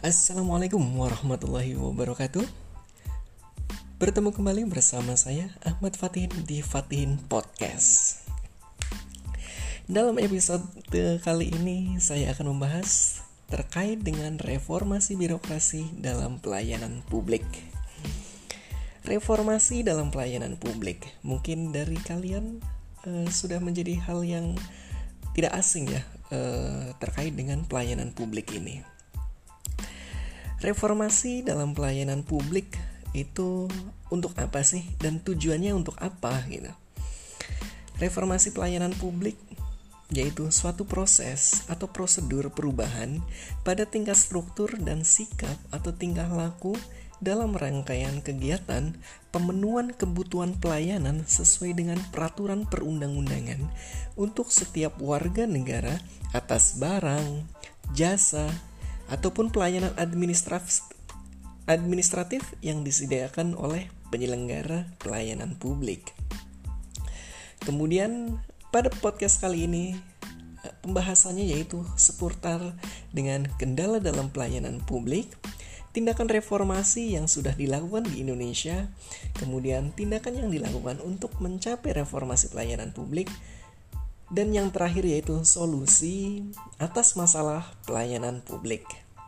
Assalamualaikum warahmatullahi wabarakatuh. Bertemu kembali bersama saya Ahmad Fatihin di Fatihin Podcast. Dalam episode kali ini saya akan membahas terkait dengan reformasi birokrasi dalam pelayanan publik. Reformasi dalam pelayanan publik mungkin dari kalian sudah menjadi hal yang tidak asing ya terkait dengan pelayanan publik ini. Reformasi dalam pelayanan publik itu untuk apa sih dan tujuannya untuk apa gitu. Reformasi pelayanan publik yaitu suatu proses atau prosedur perubahan pada tingkat struktur dan sikap atau tingkah laku dalam rangkaian kegiatan pemenuhan kebutuhan pelayanan sesuai dengan peraturan perundang-undangan untuk setiap warga negara atas barang, jasa, ataupun pelayanan administratif yang disediakan oleh penyelenggara pelayanan publik. Kemudian pada podcast kali ini pembahasannya yaitu seputar dengan kendala dalam pelayanan publik, tindakan reformasi yang sudah dilakukan di Indonesia, kemudian tindakan yang dilakukan untuk mencapai reformasi pelayanan publik, dan yang terakhir yaitu solusi atas masalah pelayanan publik.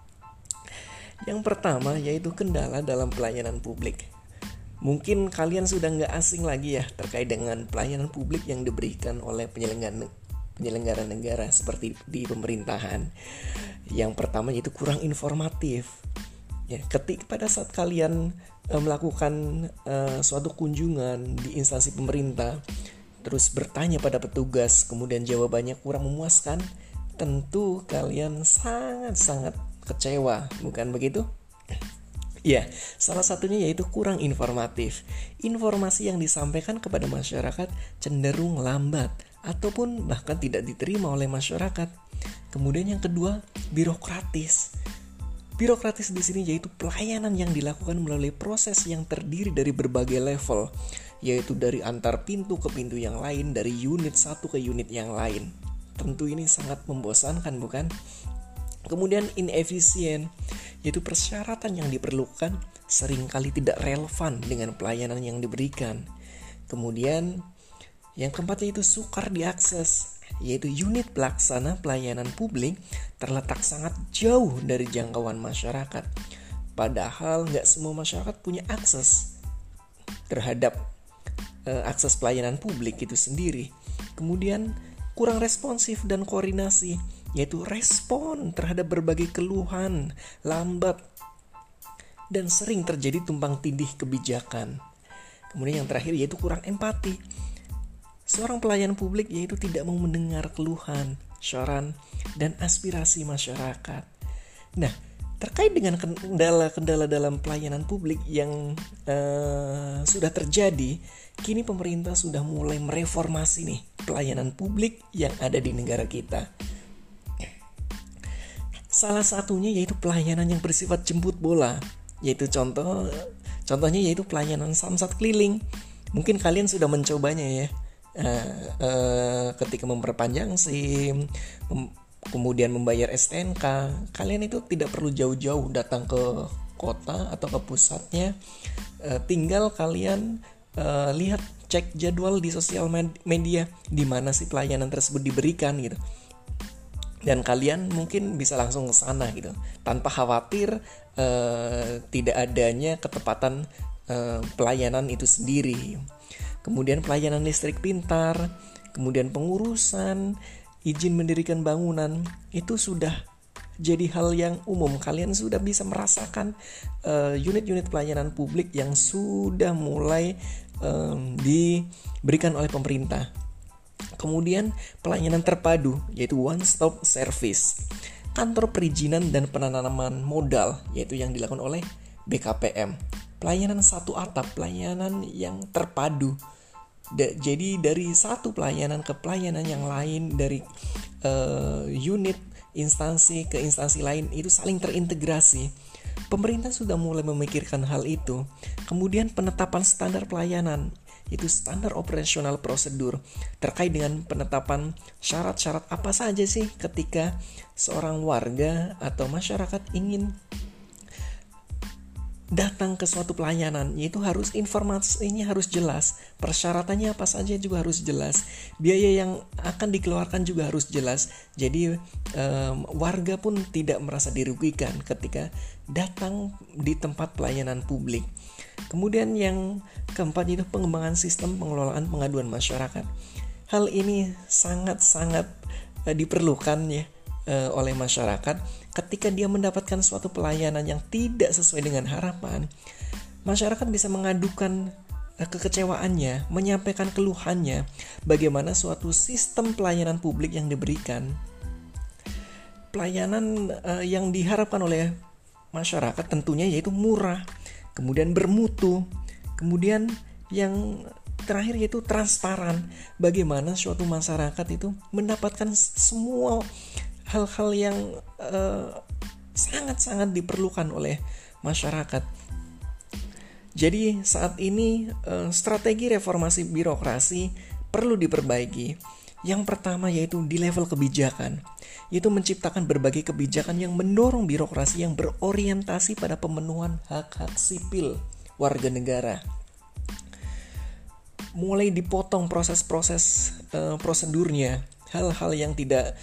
Yang pertama yaitu kendala dalam pelayanan publik. Mungkin kalian sudah nggak asing lagi ya terkait dengan pelayanan publik yang diberikan oleh penyelenggara negara seperti di pemerintahan. Yang pertama yaitu kurang informatif. Ya, pada saat kalian melakukan suatu kunjungan di instansi pemerintah, terus bertanya pada petugas, kemudian jawabannya kurang memuaskan, tentu kalian sangat-sangat kecewa, bukan begitu? Ya, salah satunya yaitu kurang informatif. Informasi yang disampaikan kepada masyarakat cenderung lambat ataupun bahkan tidak diterima oleh masyarakat. Kemudian yang kedua, birokratis. Birokratis di sini yaitu pelayanan yang dilakukan melalui proses yang terdiri dari berbagai level, yaitu dari antar pintu ke pintu yang lain, dari unit satu ke unit yang lain. Tentu ini sangat membosankan, bukan? Kemudian inefisien, yaitu persyaratan yang diperlukan seringkali tidak relevan dengan pelayanan yang diberikan. Kemudian yang keempat yaitu sukar diakses, yaitu unit pelaksana pelayanan publik terletak sangat jauh dari jangkauan masyarakat. Padahal nggak semua masyarakat punya akses terhadap akses pelayanan publik itu sendiri. Kemudian kurang responsif dan koordinasi, yaitu respon terhadap berbagai keluhan, lambat, dan sering terjadi tumpang tindih kebijakan. Kemudian yang terakhir yaitu kurang empati. Seorang pelayan publik yaitu tidak mau mendengar keluhan, saran, dan aspirasi masyarakat. Nah, terkait dengan kendala-kendala dalam pelayanan publik yang sudah terjadi, kini pemerintah sudah mulai mereformasi nih pelayanan publik yang ada di negara kita. Salah satunya yaitu pelayanan yang bersifat jemput bola, yaitu contohnya yaitu pelayanan samsat keliling. Mungkin kalian sudah mencobanya ya, ketika memperpanjang SIM, kemudian membayar STNK, kalian itu tidak perlu jauh-jauh datang ke kota atau ke pusatnya, tinggal kalian lihat, cek jadwal di sosial media di mana sih pelayanan tersebut diberikan gitu. Dan kalian mungkin bisa langsung ke sana gitu, tanpa khawatir tidak adanya ketepatan pelayanan itu sendiri. Kemudian pelayanan listrik pintar, kemudian pengurusan izin mendirikan bangunan itu sudah jadi hal yang umum. Kalian sudah bisa merasakan unit-unit pelayanan publik yang sudah mulai diberikan oleh pemerintah. Kemudian pelayanan terpadu yaitu one stop service, kantor perizinan dan penanaman modal yaitu yang dilakukan oleh BKPM. Pelayanan satu atap, pelayanan yang terpadu. Jadi dari satu pelayanan ke pelayanan yang lain, dari unit instansi ke instansi lain itu saling terintegrasi. Pemerintah sudah mulai memikirkan hal itu. Kemudian penetapan standar pelayanan itu standar operasional prosedur terkait dengan penetapan syarat-syarat apa saja sih ketika seorang warga atau masyarakat ingin datang ke suatu pelayanan, yaitu harus informasinya harus jelas, persyaratannya apa saja juga harus jelas, biaya yang akan dikeluarkan juga harus jelas. Jadi warga pun tidak merasa dirugikan ketika datang di tempat pelayanan publik. Kemudian yang keempat itu pengembangan sistem pengelolaan pengaduan masyarakat. Hal ini sangat-sangat diperlukan ya oleh masyarakat ketika dia mendapatkan suatu pelayanan yang tidak sesuai dengan harapan. Masyarakat bisa mengadukan kekecewaannya, menyampaikan keluhannya, bagaimana suatu sistem pelayanan publik yang diberikan, pelayanan yang diharapkan oleh masyarakat tentunya yaitu murah, kemudian bermutu, kemudian yang terakhir yaitu transparan, bagaimana suatu masyarakat itu mendapatkan semua hal-hal yang sangat-sangat diperlukan oleh masyarakat. Jadi saat ini strategi reformasi birokrasi perlu diperbaiki. Yang pertama yaitu di level kebijakan, yaitu menciptakan berbagai kebijakan yang mendorong birokrasi yang berorientasi pada pemenuhan hak-hak sipil warga negara. Mulai dipotong proses-proses prosedurnya, hal-hal yang tidak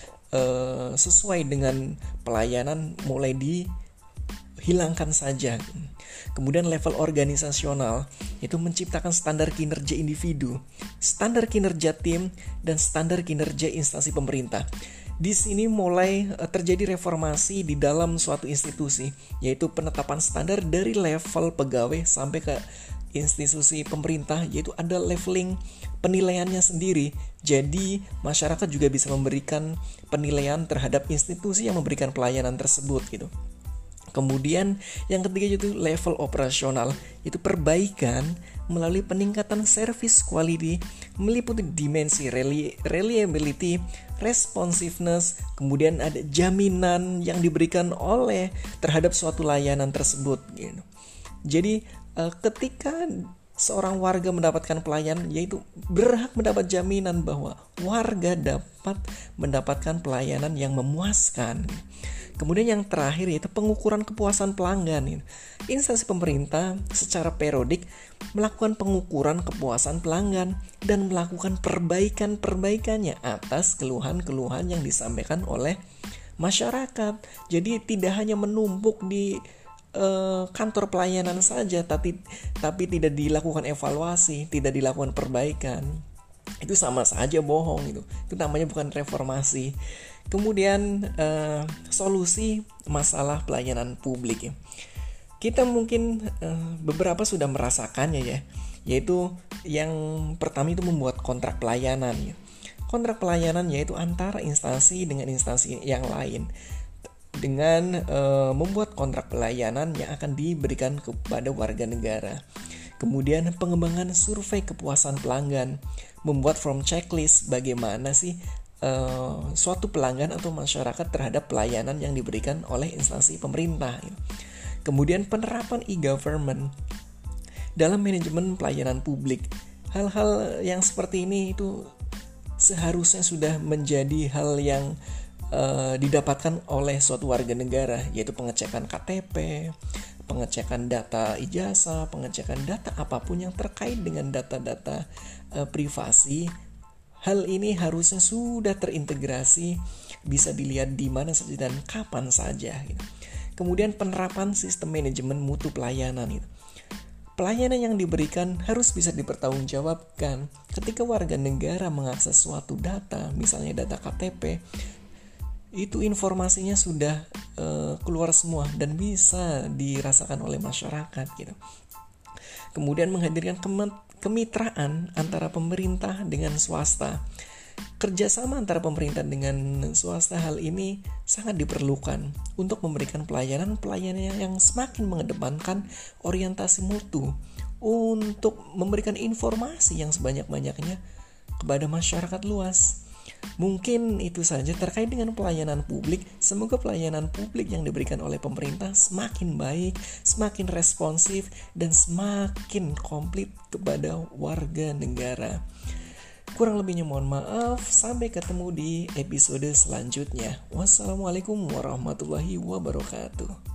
sesuai dengan pelayanan mulai dihilangkan saja. Kemudian level organisasional itu menciptakan standar kinerja individu, standar kinerja tim, dan standar kinerja instansi pemerintah. Di sini mulai terjadi reformasi di dalam suatu institusi, yaitu penetapan standar dari level pegawai sampai ke institusi pemerintah, yaitu ada leveling penilaiannya sendiri. Jadi masyarakat juga bisa memberikan penilaian terhadap institusi yang memberikan pelayanan tersebut gitu. Kemudian yang ketiga yaitu level operasional, itu perbaikan melalui peningkatan service quality, meliputi dimensi reliability, responsiveness, kemudian ada jaminan yang diberikan oleh terhadap suatu layanan tersebut gitu. Jadi ketika seorang warga mendapatkan pelayanan, yaitu berhak mendapat jaminan bahwa warga dapat mendapatkan pelayanan yang memuaskan. Kemudian yang terakhir yaitu pengukuran kepuasan pelanggan. Instansi pemerintah secara periodik melakukan pengukuran kepuasan pelanggan dan melakukan perbaikan-perbaikannya atas keluhan-keluhan yang disampaikan oleh masyarakat. Jadi tidak hanya menumpuk di kantor pelayanan saja, tapi tidak dilakukan evaluasi, tidak dilakukan perbaikan. Itu sama saja bohong gitu. Itu namanya bukan reformasi. Kemudian solusi masalah pelayanan publik ya. Kita mungkin beberapa sudah merasakannya ya, yaitu yang pertama itu membuat kontrak pelayanan ya. Kontrak pelayanan yaitu antara instansi dengan instansi yang lain, dengan membuat kontrak pelayanan yang akan diberikan kepada warga negara. Kemudian pengembangan survei kepuasan pelanggan, membuat form checklist bagaimana sih suatu pelanggan atau masyarakat terhadap pelayanan yang diberikan oleh instansi pemerintah. Kemudian penerapan e-government dalam manajemen pelayanan publik. Hal-hal yang seperti ini itu seharusnya sudah menjadi hal yang didapatkan oleh suatu warga negara, yaitu pengecekan KTP, pengecekan data ijazah, pengecekan data apapun yang terkait dengan data-data privasi. Hal ini harusnya sudah terintegrasi, bisa dilihat di mana saja dan kapan saja gitu. Kemudian penerapan sistem manajemen mutu pelayanan itu. Pelayanan yang diberikan harus bisa dipertanggungjawabkan. Ketika warga negara mengakses suatu data, misalnya data KTP, itu informasinya sudah keluar semua dan bisa dirasakan oleh masyarakat gitu. Kemudian menghadirkan kemitraan antara pemerintah dengan swasta. Kerjasama antara pemerintah dengan swasta, hal ini sangat diperlukan untuk memberikan pelayanan yang semakin mengedepankan orientasi mutu, untuk memberikan informasi yang sebanyak-banyaknya kepada masyarakat luas. Mungkin itu saja terkait dengan pelayanan publik. Semoga pelayanan publik yang diberikan oleh pemerintah semakin baik, semakin responsif, dan semakin komplit kepada warga negara. Kurang lebihnya mohon maaf. Sampai ketemu di episode selanjutnya. Wassalamualaikum warahmatullahi wabarakatuh.